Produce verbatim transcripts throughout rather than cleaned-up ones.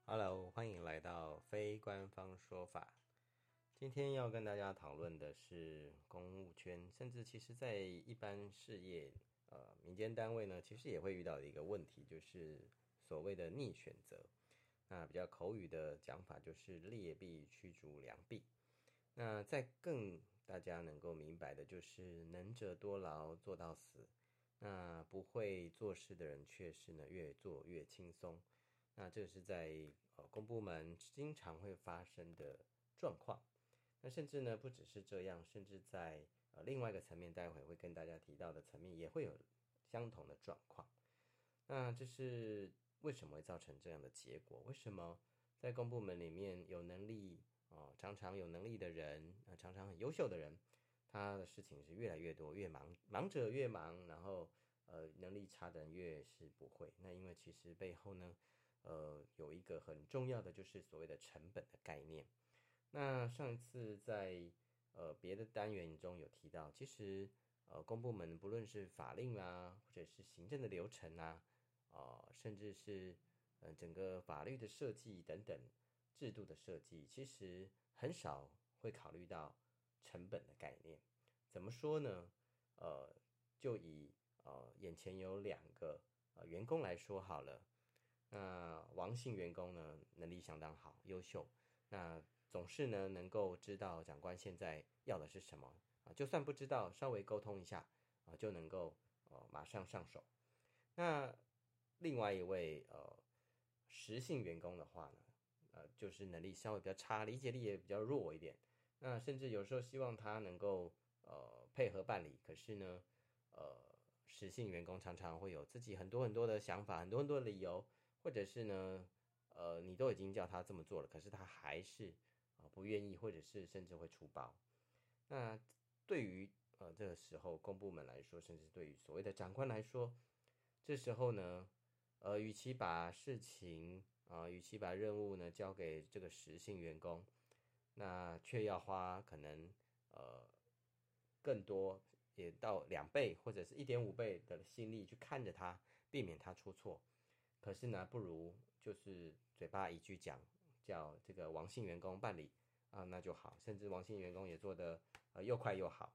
Hello，欢迎来到非官方说法。今天要跟大家讨论的是公务圈，甚至其实在一般事业、呃民间单位呢，其实也会遇到的一个问题，就是所谓的逆选择。那比较口语的讲法就是劣币驱逐良币。那再更大家能够明白的就是能者多劳，做到死。那不会做事的人却是呢越做越轻松。那这是在呃公部门经常会发生的状况。那甚至呢不只是这样，甚至在呃另外一个层面，待会会跟大家提到的层面也会有相同的状况。那这是为什么会造成这样的结果？为什么在公部门里面有能力哦，常常有能力的人，呃，常常很优秀的人，他的事情是越来越多，越忙，忙者越忙，然后呃，能力差的人越是不会。那因为其实背后呢，呃，有一个很重要的就是所谓的成本的概念。那上一次在呃别的单元中有提到，其实呃公部门不论是法令啊，或者是行政的流程啊，呃，甚至是呃整个法律的设计等等制度的设计，其实很少会考虑到成本的概念。怎么说呢？呃，就以呃眼前有两个呃员工来说好了。那王姓员工呢，能力相当好，优秀，那总是呢能够知道长官现在要的是什么啊，就算不知道，稍微沟通一下啊，就能够呃马上上手。那另外一位呃实性员工的话呢，呃就是能力稍微比较差，理解力也比较弱一点。那甚至有时候希望他能够呃配合办理，可是呢，呃实性员工常常会有自己很多很多的想法，很多很多的理由，或者是呢，呃你都已经叫他这么做了，可是他还是啊、呃不愿意，或者是甚至会出包。那对于呃这个时候公部门来说，甚至对于所谓的长官来说，这时候呢，呃，与其把事情啊、呃与其把任务呢交给这个实性员工，那却要花可能呃更多，也到两倍或者是一点五倍的心力去看着他，避免他出错。可是呢，不如就是嘴巴一句讲，叫这个王姓员工办理啊、那就好，甚至王姓员工也做得呃又快又好。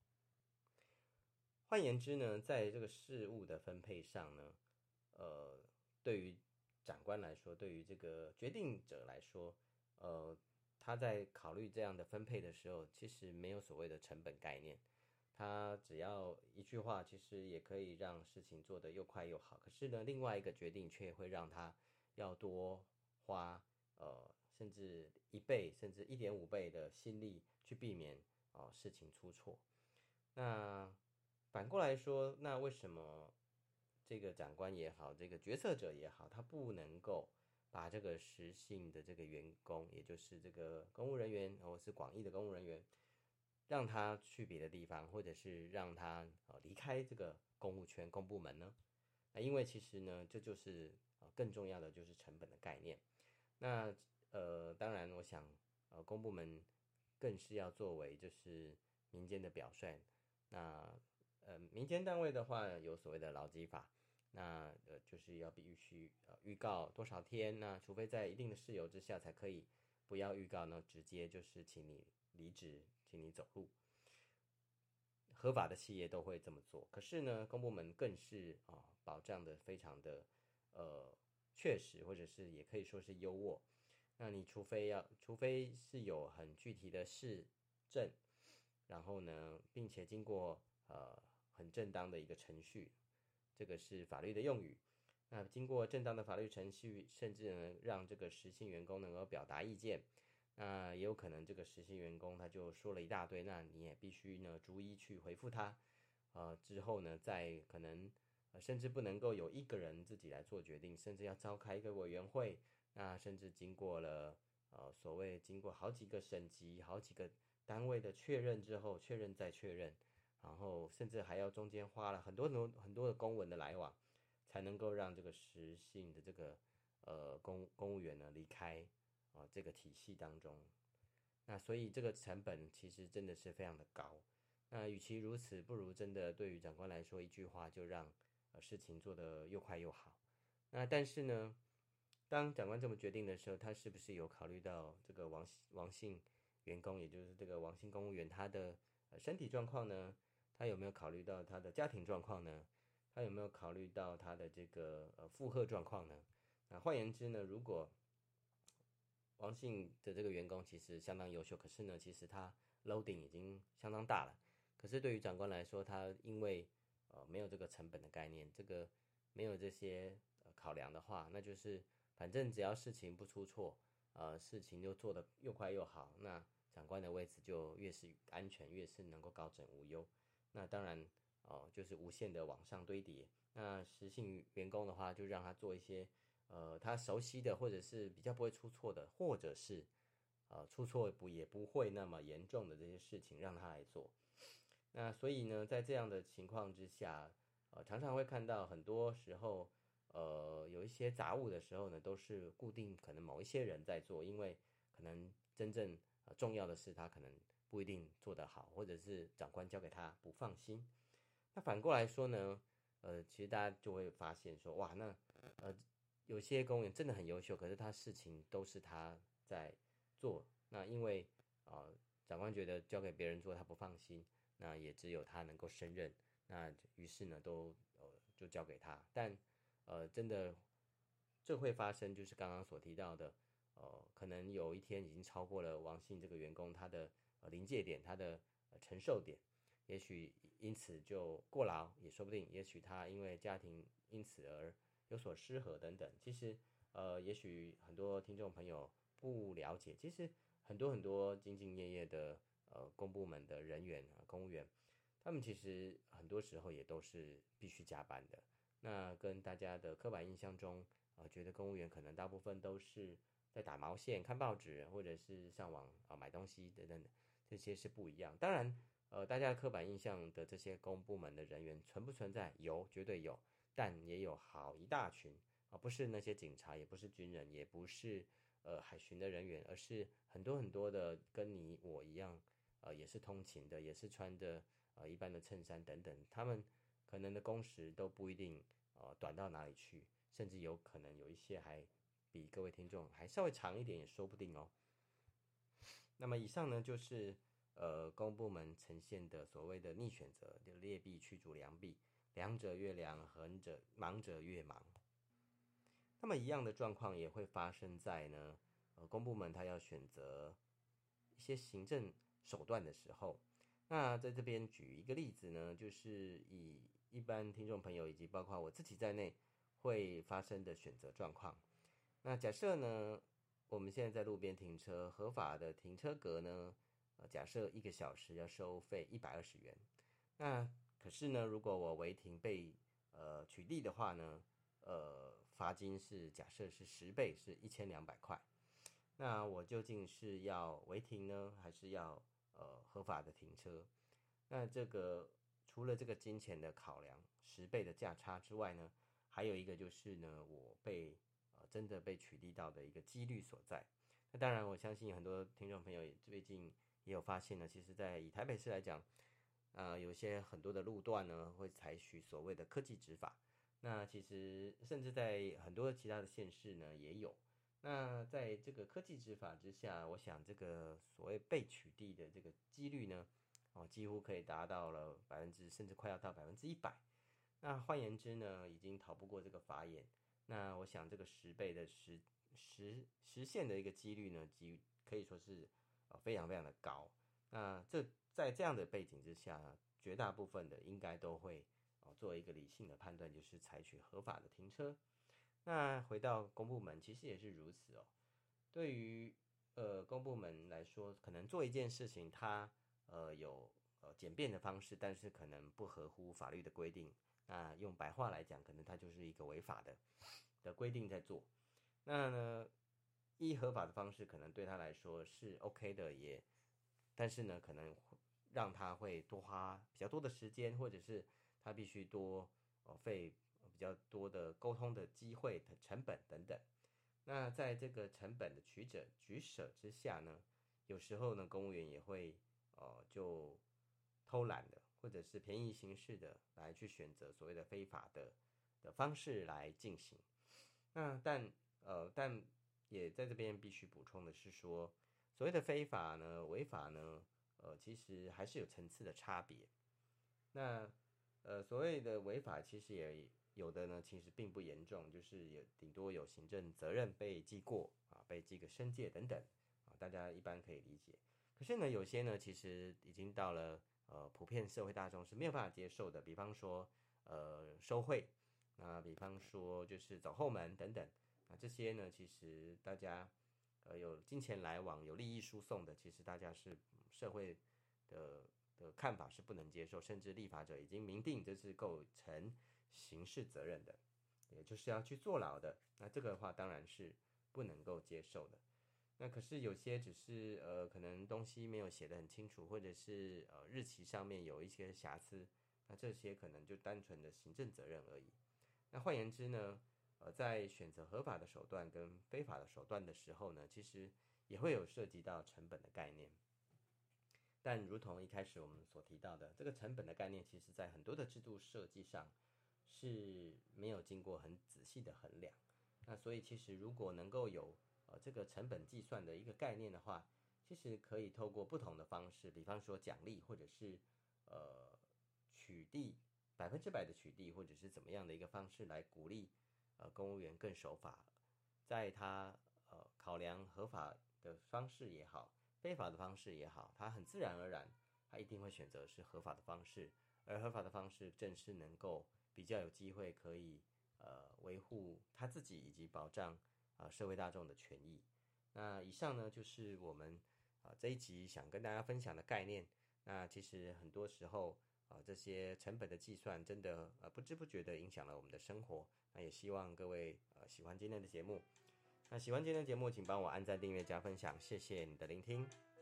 换言之呢，在这个事务的分配上呢，呃，对于长官来说，对于这个决定者来说，呃，他在考虑这样的分配的时候，其实没有所谓的成本概念。他只要一句话，其实也可以让事情做得又快又好。可是呢，另外一个决定却会让他要多花呃，甚至一倍，甚至一点五倍的心力去避免哦、呃事情出错。那反过来说，那为什么这个长官也好，这个决策者也好，他不能够把这个实性的这个员工，也就是这个公务人员，或是广义的公务人员，让他去别的地方，或者是让他呃离开这个公务圈、公部门呢？那因为其实呢，这就是呃更重要的就是成本的概念。那呃，当然，我想呃，公部门更是要作为就是民间的表率。那呃，民间单位的话有所谓的劳基法，那呃就是要必须呃预告多少天，那除非在一定的事由之下才可以不要预告呢，直接就是请你离职，请你走路。合法的企业都会这么做，可是呢，公部门更是啊、保障的非常的呃确实，或者是也可以说是优渥。那你除非要，除非是有很具体的市政，然后呢，并且经过呃很正当的一个程序，这个是法律的用语。那经过正当的法律程序，甚至呢让这个实习员工能够表达意见，那也有可能这个实习员工他就说了一大堆，那你也必须呢逐一去回复他。呃，之后呢，再可能呃甚至不能够有一个人自己来做决定，甚至要召开一个委员会，那甚至经过了呃所谓经过好几个省级、好几个单位的确认之后，确认再确认，然后甚至还要中间花了很多很多很多的公文的来往，才能够让这个实性的这个呃公公务员呢离开啊、呃这个体系当中。那所以这个成本其实真的是非常的高。那与其如此，不如真的对于长官来说，一句话就让呃事情做得又快又好。那但是呢， 当长官这么决定的时候，他是不是有考虑到这个王王姓员工，也就是这个王姓公务员他的呃身体状况呢？他有没有考虑到他的家庭状况呢？他有没有考虑到他的这个呃负荷状况呢？那换言之呢，如果王姓的这个员工其实相当优秀，可是呢，其实他 loading 已经相当大了。可是对于长官来说，他因为呃没有这个成本的概念，这个没有这些、呃、考量的话，那就是反正只要事情不出错，呃，事情又做得又快又好，那长官的位置就越是安全，越是能够高枕无忧。那当然哦、呃，就是无限的往上堆叠。那实性员工的话，就让他做一些呃他熟悉的，或者是比较不会出错的，或者是呃出错不也不会那么严重的这些事情，让他来做。那所以呢，在这样的情况之下，呃，常常会看到很多时候，呃，有一些杂物的时候呢，都是固定可能某一些人在做，因为可能真正、呃、重要的事他可能不一定做得好，或者是长官交给他不放心。那反过来说呢，呃，其实大家就会发现说，哇，那呃有些公务员真的很优秀，可是他事情都是他在做，那因为啊、呃长官觉得交给别人做他不放心，那也只有他能够胜任，那于是呢都呃就交给他，但呃真的这会发生，就是刚刚所提到的，呃可能有一天已经超过了王姓这个员工他的呃临界点，他的、呃、承受点，也许因此就过劳也说不定，也许他因为家庭因此而有所失和等等。其实呃也许很多听众朋友不了解，其实很多很多兢兢业业的呃公部门的人员啊，公务员，他们其实很多时候也都是必须加班的。那跟大家的刻板印象中，呃，觉得公务员可能大部分都是在打毛线、看报纸，或者是上网啊、呃、买东西等等的，这些是不一样。当然，呃，大家的刻板印象的这些公部门的人员存不存在？有，绝对有，但也有好一大群啊、呃，不是那些警察，也不是军人，也不是呃海巡的人员，而是很多很多的跟你我一样，呃，也是通勤的，也是穿着呃一般的衬衫等等，他们可能的工时都不一定呃短到哪里去，甚至有可能有一些还比各位听众还稍微长一点，也说不定哦。那么以上呢，就是呃公部门呈现的所谓的逆选择，就劣币驱逐良币，良者越良，横者忙者越忙。那么一样的状况也会发生在呢，呃公部门它要选择一些行政手段的时候。那在这边举一个例子呢，就是以一般听众朋友以及包括我自己在内会发生的选择状况。那假设呢，我们现在在路边停车，合法的停车格呢，呃，假设一个小时要收费一百二十元。那可是呢，如果我违停被呃取缔的话呢，呃，罚金是假设是十倍，是一千两百块。那我究竟是要违停呢，还是要呃合法的停车？那这个除了这个金钱的考量，十倍的价差之外呢，还有一个就是呢，我被呃真的被取缔到的一个几率所在。那当然，我相信很多听众朋友最近也有发现呢，其实在以台北市来讲，呃，有些很多的路段呢会采取所谓的科技执法。那其实甚至在很多其他的县市呢也有。那在这个科技执法之下，我想这个所谓被取缔的这个几率呢，哦，几乎可以达到了百分之，甚至快要到百分之一百。那换言之呢，已经逃不过这个法眼。那我想这个十倍的实实实现的一个几率呢，几可以说是呃非常非常的高。那这在这样的背景之下，绝大部分的应该都会哦做一个理性的判断，就是采取合法的停车。那回到公部门，其实也是如此哦。对于呃公部门来说，可能做一件事情，它呃有呃简便的方式，但是可能不合乎法律的规定。那用白话来讲，可能它就是一个违法的的规定在做。那呢，依合法的方式，可能对他来说是 OK 的，也，但是呢，可能让他会多花比较多的时间，或者是他必须多呃费比较多的沟通的机会的成本等等。那在这个成本的取舍取舍之下呢，有时候呢，公务员也会呃就偷懒的，或者是便宜行事的来去选择所谓的非法的的方式来进行。那但呃，但也在这边必须补充的是说，所谓的非法呢、违法呢，呃，其实还是有层次的差别。那呃，所谓的违法，其实也有的呢，其实并不严重，就是有顶多有行政责任被记过啊，被记个申诫等等啊，大家一般可以理解。可是呢，有些呢，其实已经到了呃普遍社会大众是没有办法接受的，比方说呃收贿，那比方说就是走后门等等，那这些呢，其实大家呃有金钱来往、有利益输送的，其实大家是社会的的看法是不能接受，甚至立法者已经明定这是构成刑事责任的，也就是要去坐牢的。那这个的话当然是不能够接受的。那可是有些只是呃可能东西没有写得很清楚，或者是呃日期上面有一些瑕疵，那这些可能就单纯的行政责任而已。那换言之呢，呃，在选择合法的手段跟非法的手段的时候呢，其实也会有涉及到成本的概念。但如同一开始我们所提到的，这个成本的概念，其实在很多的制度设计上是没有经过很仔细的衡量。那所以其实如果能够有呃这个成本计算的一个概念的话，其实可以透过不同的方式，比方说奖励，或者是呃取缔百分之百的取缔，或者是怎么样的一个方式来鼓励呃公务员更守法，在他呃考量合法的方式也好，非法的方式也好，他很自然而然，他一定会选择是合法的方式，而合法的方式正是能够比较有机会可以呃维护他自己以及保障啊、呃、社会大众的权益。那以上呢就是我们啊、呃、这一集想跟大家分享的概念。那其实很多时候啊、呃、这些成本的计算真的呃不知不觉的影响了我们的生活。那也希望各位呃喜欢今天的节目。那喜欢今天的节目，请帮我按赞、订阅、加分享，谢谢你的聆听。